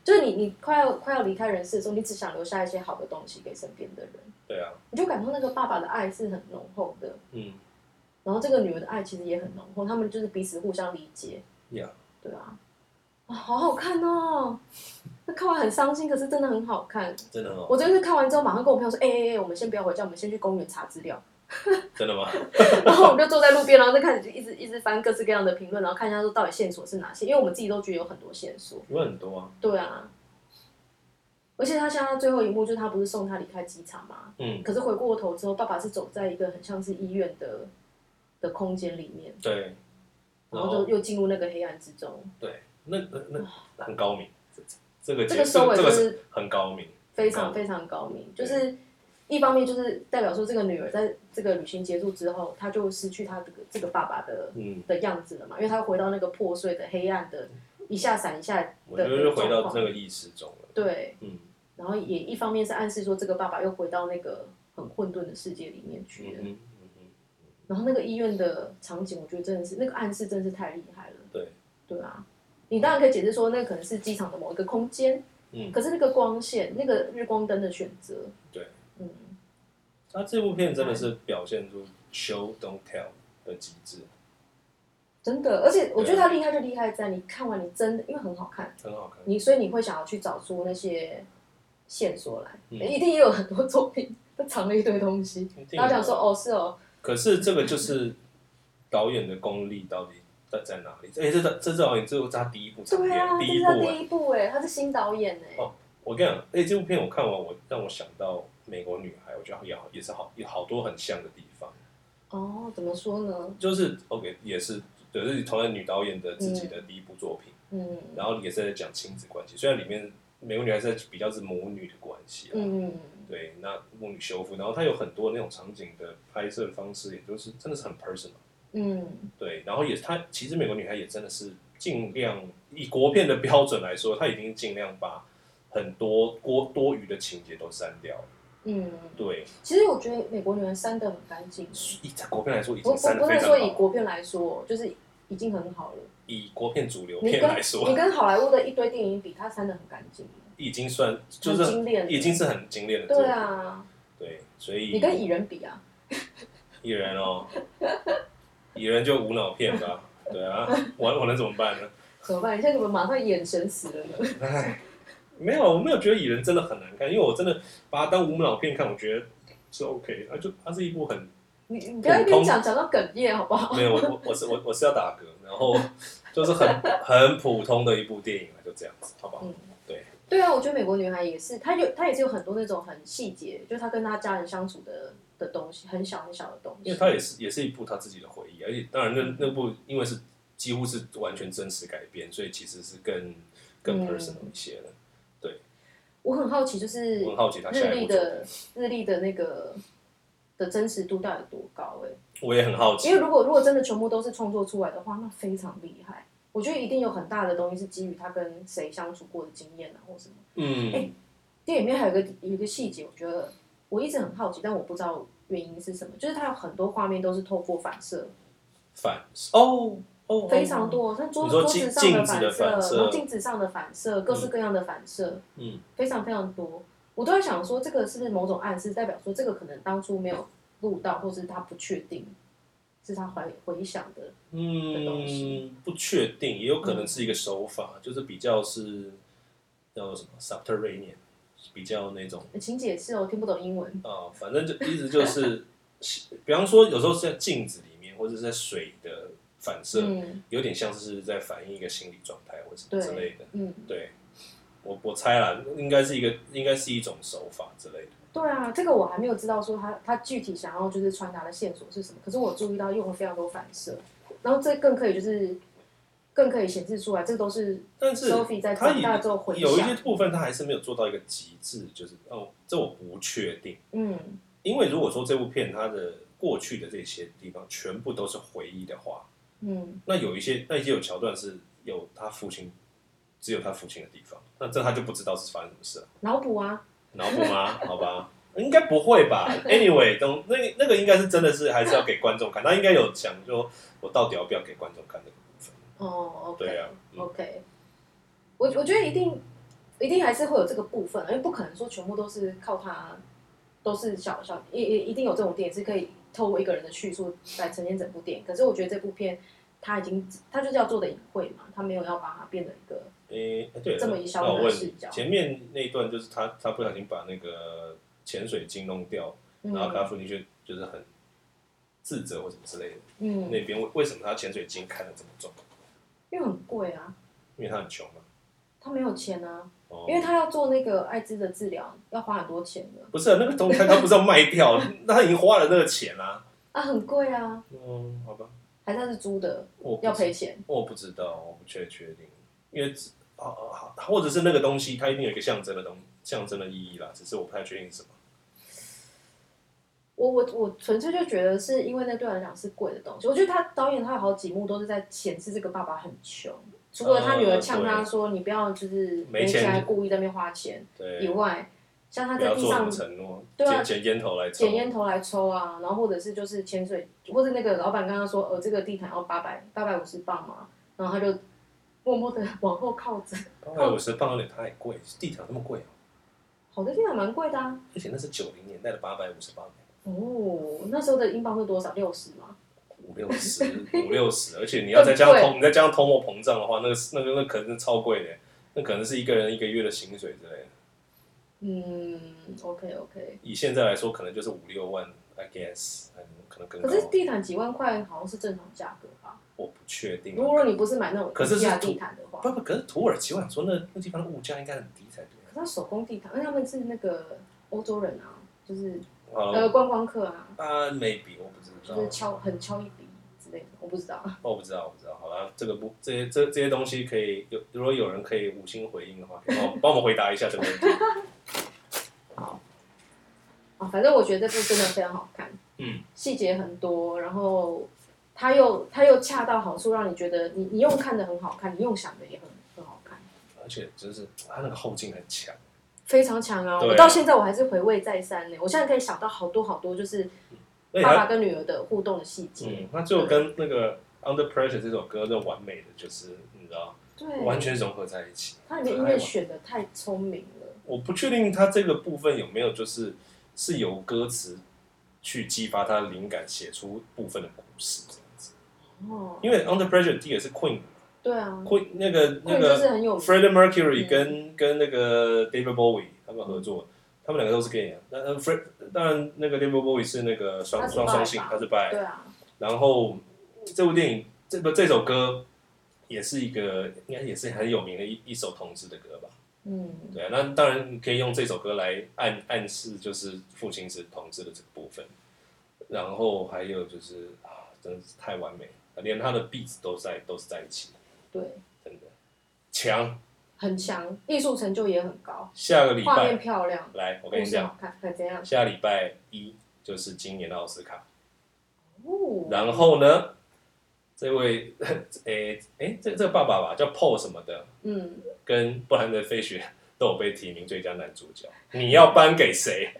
就是你快要离开人世的时候，你只想留下一些好的东西给身边的人。 对啊， 你就感受那个爸爸的爱是很浓厚的，然后这个女儿的爱其实也很浓厚，他们就是彼此互相理解。 Yeah. 对啊，好好看哦！那看完很伤心，可是真的很好看， 真的很好看。 我真的是看完之后马上跟我朋友说：“我们先不要回家，我们先去公园查资料。” 真的吗？ 然后我们就坐在路边，然后就开始一直翻各式各样的评论，然后看一下说到底线索是哪些，因为我们自己都觉得有很多线索。 有很多啊。对啊。而且他现在最后一幕就是他不是送他离开机场嘛，可是回过头之后，爸爸是走在一个很像是医院的空间里面， 对， 然后又进入那个黑暗之中， 对，那很高明，这个收尾就是很高明， 非常非常高明，就是一方面就是代表说这个女儿在这个旅行结束之后，她就失去她这个爸爸的样子了嘛，因为她回到那个破碎的黑暗的一下闪一下的， 我觉得就回到那个意识中了， 对，然后也一方面是暗示说这个爸爸又回到那个很混沌的世界里面去了。然后那个医院的场景，我觉得真的是那个暗示真的是太厉害了。对啊，你当然可以解释说那可能是机场的某一个空间，可是那个光线、那个日光灯的选择， 对，他这部片真的是表现出 show don't tell 的极致。 真的，而且我觉得他厉害就厉害在你看完你真的因为很好看， 很好看， 所以你会想要去找出那些线索来，一定也有很多作品他藏了一堆东西，然后讲说哦是哦， 可是这个就是导演的功力到底在哪里？这导演这是他第一部长片， 对啊， 第一部他是新导演哦，我跟你讲，这部片我看完让我想到《美国女孩》，我觉得也是有好多很像的地方。 哦，怎么说呢？ 就是 OK， 也是同样女导演的自己的第一部作品，然后也是在讲亲子关系。虽然里面美国女孩是比较是母女的关系，对，那母女修复，然后它有很多那种场景的拍摄方式，也就是真的是很 personal，对，然后它其实美国女孩也真的是尽量以国片的标准来说，它已经尽量把很多多余的情节都删掉了。对。 其实我觉得美国女人删得很干净。 以国片来说，已经删得非常好。 不是说以国片来说，就是已经很好了。 以国片主流片来说， 你跟好莱坞的一堆电影比，它删得很干净。 已经算就是已经是很精炼的。 对啊。 对，所以你跟蚁人比啊？ 蚁人哦，蚁人就无脑片吧。对啊，我能怎么办呢？ 怎么办？你现在怎么马上眼神死了呢？ 唉。没有，我没有觉得蚁人真的很难看，因为我真的把它当无脑片看，我觉得是 OK，它是一部很你不要一边讲到哽咽好不好？ 没有，我是要打嗝，然后就是很普通的一部电影就这样子，好不好？ 对啊，我觉得美国女孩也是，她也是有很多那种很细节，就是她跟她家人相处的东西，很小很小的东西。 因为她也是一部她自己的回忆，而且当然那部因为是几乎是完全真实改编，所以其实是更 personal 一些的。对， 我很好奇，就是我很好奇他日历的那个的真实度到底有多高我也很好奇， 因为如果真的全部都是创作出来的话，那非常厉害。我觉得一定有很大的东西是基于他跟谁相处过的经验啊，或什么。电影里面还有一个细节，我觉得我一直很好奇，但我不知道原因是什么，就是它有很多画面都是透过反射，非常多，像桌子上的反射，然后镜子上的反射，各式各样的反射，非常非常多。我都在想说，这个是不是某种暗示，代表说这个可能当初没有录到，或是他不确定，是他回想的东西。 不确定，也有可能是一个手法，就是比较是叫做什么 subterranean， 比较那种。 请解释哦，我听不懂英文。 反正意思就是，比方说有时候是在镜子里面，或者是在水的反射，有点像是在反映一个心理状态或者什么之类的。对，我猜啦，应该是一种手法之类的。 对啊，这个我还没有知道说他具体想要就是传达的线索是什么，可是我注意到用了非常多反射，然后这更可以显示出来，这都是 Sophie 在长大之后回想。 有一些部分他还是没有做到一个极致，就是这我不确定。因为如果说这部片它的过去的这些地方全部都是回忆的话，那有一些有桥段是有他父亲，只有他父亲的地方，那这他就不知道是发生什么事了。 脑补啊？ 脑补吗？好吧，应该不会吧 ？Anyway， 那个应该是真的是还是要给观众看，他应该有讲说，我到底要不要给观众看这个部分？ 哦， 对啊 ，OK，我觉得一定， 一定还是会有这个部分，因为不可能说全部都是靠他，都是一定有这种电影是可以透过一个人的叙述来呈现整部电影。可是我觉得这部片他就是要做的隐晦嘛，他没有要把它变成一个对这么一小的视角。 前面那一段就是他不小心把那个潜水镜弄掉，然后他父亲就是很自责或什么之类的。那边为什么他潜水镜看得这么重？ 因为很贵啊。 因为他很穷嘛。 他没有钱啊。因为他要做那个艾滋的治疗，要花很多钱的。 不是、啊、那个东西他不是要卖掉，那他已经花了那个钱啊。 很贵啊。 好吧。 还是他是租的，要赔钱。我不知道，我不确定，因为或者是那个东西它一定有一个象征的意义啦，只是我不太确定是什么。 我纯粹就觉得是因为那对我来讲是贵的东西。我觉得导演他有好几幕都是在显示这个爸爸很穷。除了他女儿呛他说“你不要就是没钱还故意在那边花钱”以外，像他在地上承诺， 对啊， 捡烟头来抽啊，然后或者是就是潜水，或者那个老板刚刚说这个地毯要850磅嘛，然后他就默默的往后靠着。 850磅有点太贵，地毯那么贵好的地毯蛮贵的啊， 而且那是90年代的850磅。 那时候的英镑是多少？60吗 ？5、60，而且你要再加上通货膨胀的话，那可能是超贵的，那可能是一个人1个月的薪水之类的。OK。 以现在来说，可能就是5-6万 ，I guess， 可能更高。 可是地毯几万块好像是正常价格吧？ 我不确定。 如果你不是买那种可是地毯的话， 可是土耳其，我想说那地方的物价应该很低才对。 可是它手工地毯，因为他们是那个欧洲人啊，就是观光客啊。 maybe 我不知道。 就是很敲一笔之类的，我不知道。 我不知道。好了，这些东西可以如果有人可以5星回应的话，帮我们回答一下这个问题。 好。反正我觉得这部真的非常好看。细节很多，然后它又恰到好处，让你觉得你用看的很好看，你用想的也很好看。 而且就是它那个后劲很强。 非常强啊！我到现在我还是回味再三呢。我现在可以想到好多就是爸爸跟女儿的互动的细节。 它就跟那个《Under Pressure》这首歌那完美的，就是你知道， 对， 完全融合在一起。 它里面音乐选的太聪明了。 我不确定它这个部分有没有是由歌词去激发他的灵感，写出部分的故事这样子。因为《Under Pressure》第一个是 Queen。 对啊 ，Queen 那个 Freddie Mercury 跟那个 David Bowie 他们合作，他们2个都是 gay 啊。当然那个 David Bowie 是那个双性，他是 bi。 对啊。 然后这部电影这首歌也是应该也是很有名的一首同志的歌吧。对啊，那当然可以用这首歌来暗示就是父亲是同志的这个部分。然后还有就是真的是太完美了，连他的 beats 都是在一起的。 对， 真的强， 很强，艺术成就也很高。 下个礼拜画面漂亮， 来，我跟你讲， 好看，怎样？ 下礼拜1就是今年的奥斯卡。然后呢，这位这个爸爸吧，叫 Paul 什么的，跟布兰登·费雪都有被提名最佳男主角，你要颁给谁？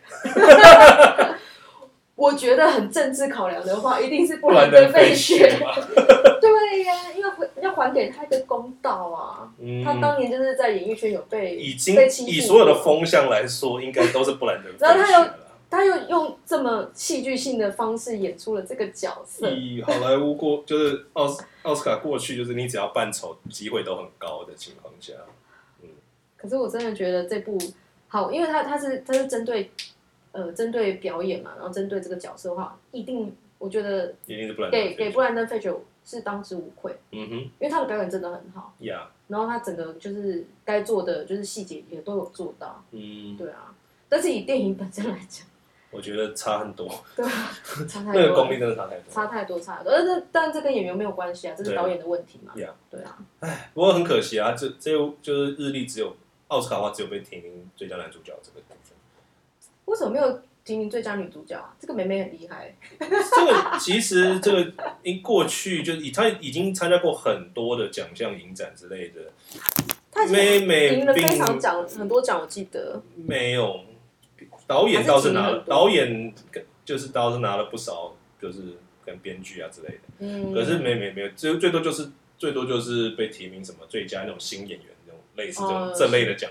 我觉得很政治考量的话，一定是布兰登·费雪。对呀，因为要还给他一个公道啊。他当年就是在演艺圈有被欺负。 以所有的风向来说，应该都是布兰登·费雪了。 他又用这么戏剧性的方式演出了这个角色。 以好莱坞就是奥斯卡过去，就是你只要扮丑，机会都很高的情况下。 可是我真的觉得这部好，因为他是针对表演嘛，然后针对这个角色的话，我觉得一定是布兰登· 给布兰登·费雪是当之无愧。 因为他的表演真的很好。然后他整个就是该做的就是细节也都有做到。对啊，但是以电影本身来讲， 我觉得差很多。 对啊，差太多。 那个功力真的差太多。 但这跟演员没有关系啊，这是导演的问题嘛。对啊。 不过很可惜啊，这就是日历奥斯卡的话只有被提名最佳男主角这个部分。 为什么没有提名最佳女主角啊？这个妹妹很厉害。 其实这个过去就他已经参加过很多的奖项影展之类的。 她赢了非常很多奖，我记得。 没有，导演倒是拿了，导演就是倒是拿了不少，就是跟编剧啊之类的。可是没有，最多就是被提名什么最佳那种新演员那种类似这类的奖项。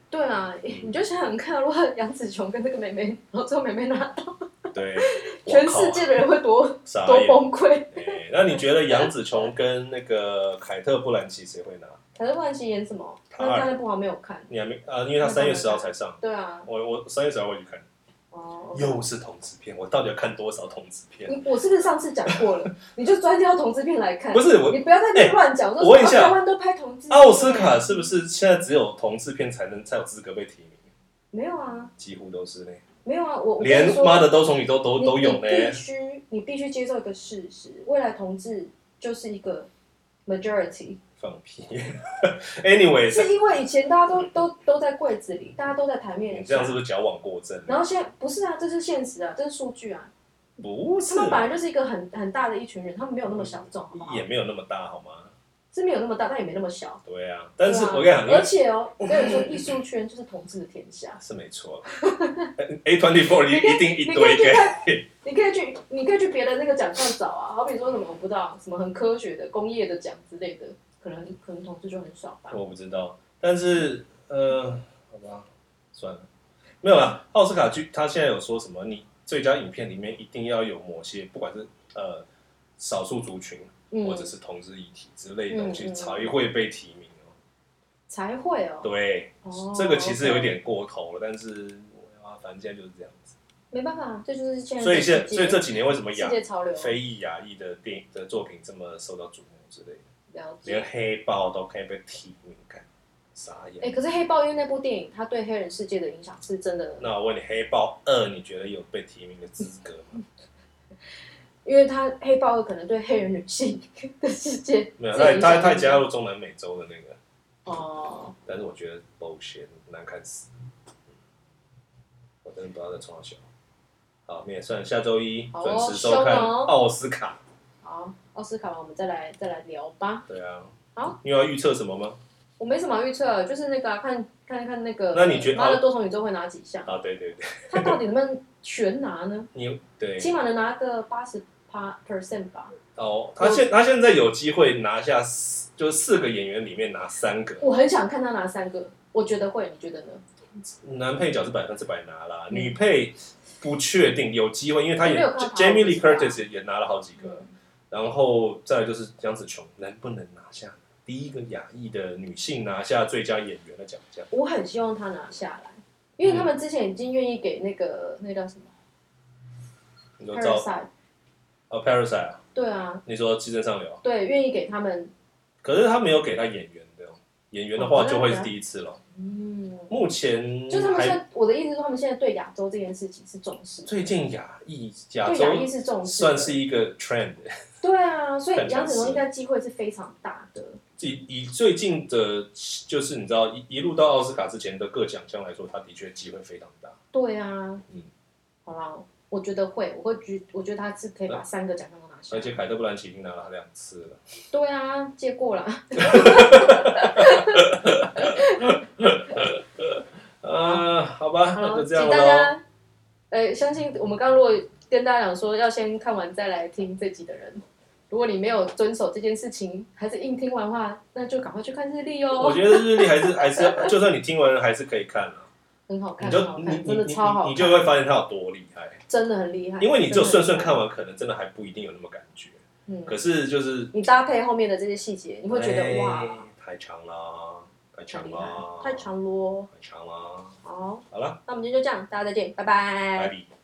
对啊，你就想想看，如果杨紫琼跟那个妹妹，然后最后妹妹拿到， 对， 全世界的人会多崩溃。 那你觉得杨紫琼跟那个凯特·布兰奇谁会拿？ 凯特·布兰奇演什么？那部还没有看。 你还没因为他3月10号才上。 对啊。 我3月10号会去看。又是同志片，我到底要看多少同志片？ 我是不是上次讲过了？你就专挑同志片来看。 不是你不要在那乱讲。 我问一下， 台湾都拍同志。 奥斯卡是不是现在只有同志片才有资格被提名？ 没有啊， 几乎都是呢。 没有啊，我连妈的多重宇宙都有呢。 你必须接受一个事实，未来同志就是一个 majority。 放屁。Anyway， 是因为以前大家都在柜子里，大家都在台面上。 你这样是不是矫枉过正？ 然后现在不是啊，这是现实啊，这是数据啊。 不是。 他们本来就是一个很大的一群人，他们没有那么小众， 也没有那么大，好吗？ 是没有那么大，但也没那么小。 对啊，但是我跟你讲， 而且我跟你说，艺术圈就是同志的天下， 是没错。A24 一定一堆给。 你可以去别的那个奖项找啊，好比说什么我不知道，什么很科学的、工业的奖之类的，可能同志就很少吧。 我不知道，但是好吧，算了，没有啦。奥斯卡他现在有说什么？你最佳影片里面一定要有某些，不管是少数族群。或者是同志议题之类的东西才会被提名哦， 才会哦。 对，这个其实有点过头了，但是反正现在就是这样子， 没办法，这就是现在。 所以这几年为什么世界潮流非裔亚裔的电影的作品这么受到瞩目之类的？ 了解。 连黑豹都可以被提名，看傻眼。 可是黑豹因为那部电影，它对黑人世界的影响是真的。 那我问你，黑豹2你觉得有被提名的资格吗？ 因为他黑豹可能对黑人女性的世界没有，他加入中南美洲的那个但是我觉得 bullshit 难看死，我真的不知道在冲啥小。好，你也算下周一准时收看奥斯卡。 好，奥斯卡完我们再来聊吧。 对啊。 好， 你有要预测什么吗？ 我没什么预测，就是那个看那个。 那你觉得妈的多重宇宙会拿几项？ 对。 他到底能不能全拿呢？ 对， 起码能拿个80% 吧。 他现在有机会拿下，就是4个演员里面拿3个。 我很想看他拿3个，我觉得会，你觉得呢？ 男配角是100%拿啦，女配不确定，有机会，因为他也 Jamie Lee Curtis 也拿了好几个，然后再来就是杨紫琼能不能拿下第一个亚裔的女性拿下最佳演员的奖项？ 我很希望她拿下来，因为他们之前已经愿意给那叫什么？ 你说Parasite 啊？ 对啊。 你说《寄生上流》？ 对，愿意给他们。 可是他没有给他演员的，演员的话就会是第一次了。目前就他们现在，我的意思是说，他们现在对亚洲这件事情是重视。 最近亚洲对亚裔是重视， 算是一个 trend。 对啊，所以杨紫琼应该机会是非常大的。 以最近的，就是你知道一路到奥斯卡之前的各奖项来说，他的确机会非常大。 对啊，好啦，我觉得会，我觉得他是可以把3个奖项都拿下。 而且凯特·布兰奇已经拿了2次了。 对啊，借过了。 好吧，那就这样请大家，相信我们刚刚如果跟大家讲说要先看完再来听这集的人，如果你没有遵守这件事情，还是硬听完的话，那就赶快去看日历哦。 我觉得日历还是，就算你听完还是可以看啊。 很好看，真的超好看， 你就会发现它有多厉害， 真的很厉害。 因为你就顺看完，可能真的还不一定有那么感觉。可是就是你搭配后面的这些细节，你会觉得哇， 太强了，太强了， 了， 太强咯， 太强了。 好了， 那我们今天就这样，大家再见，拜拜。 拜拜。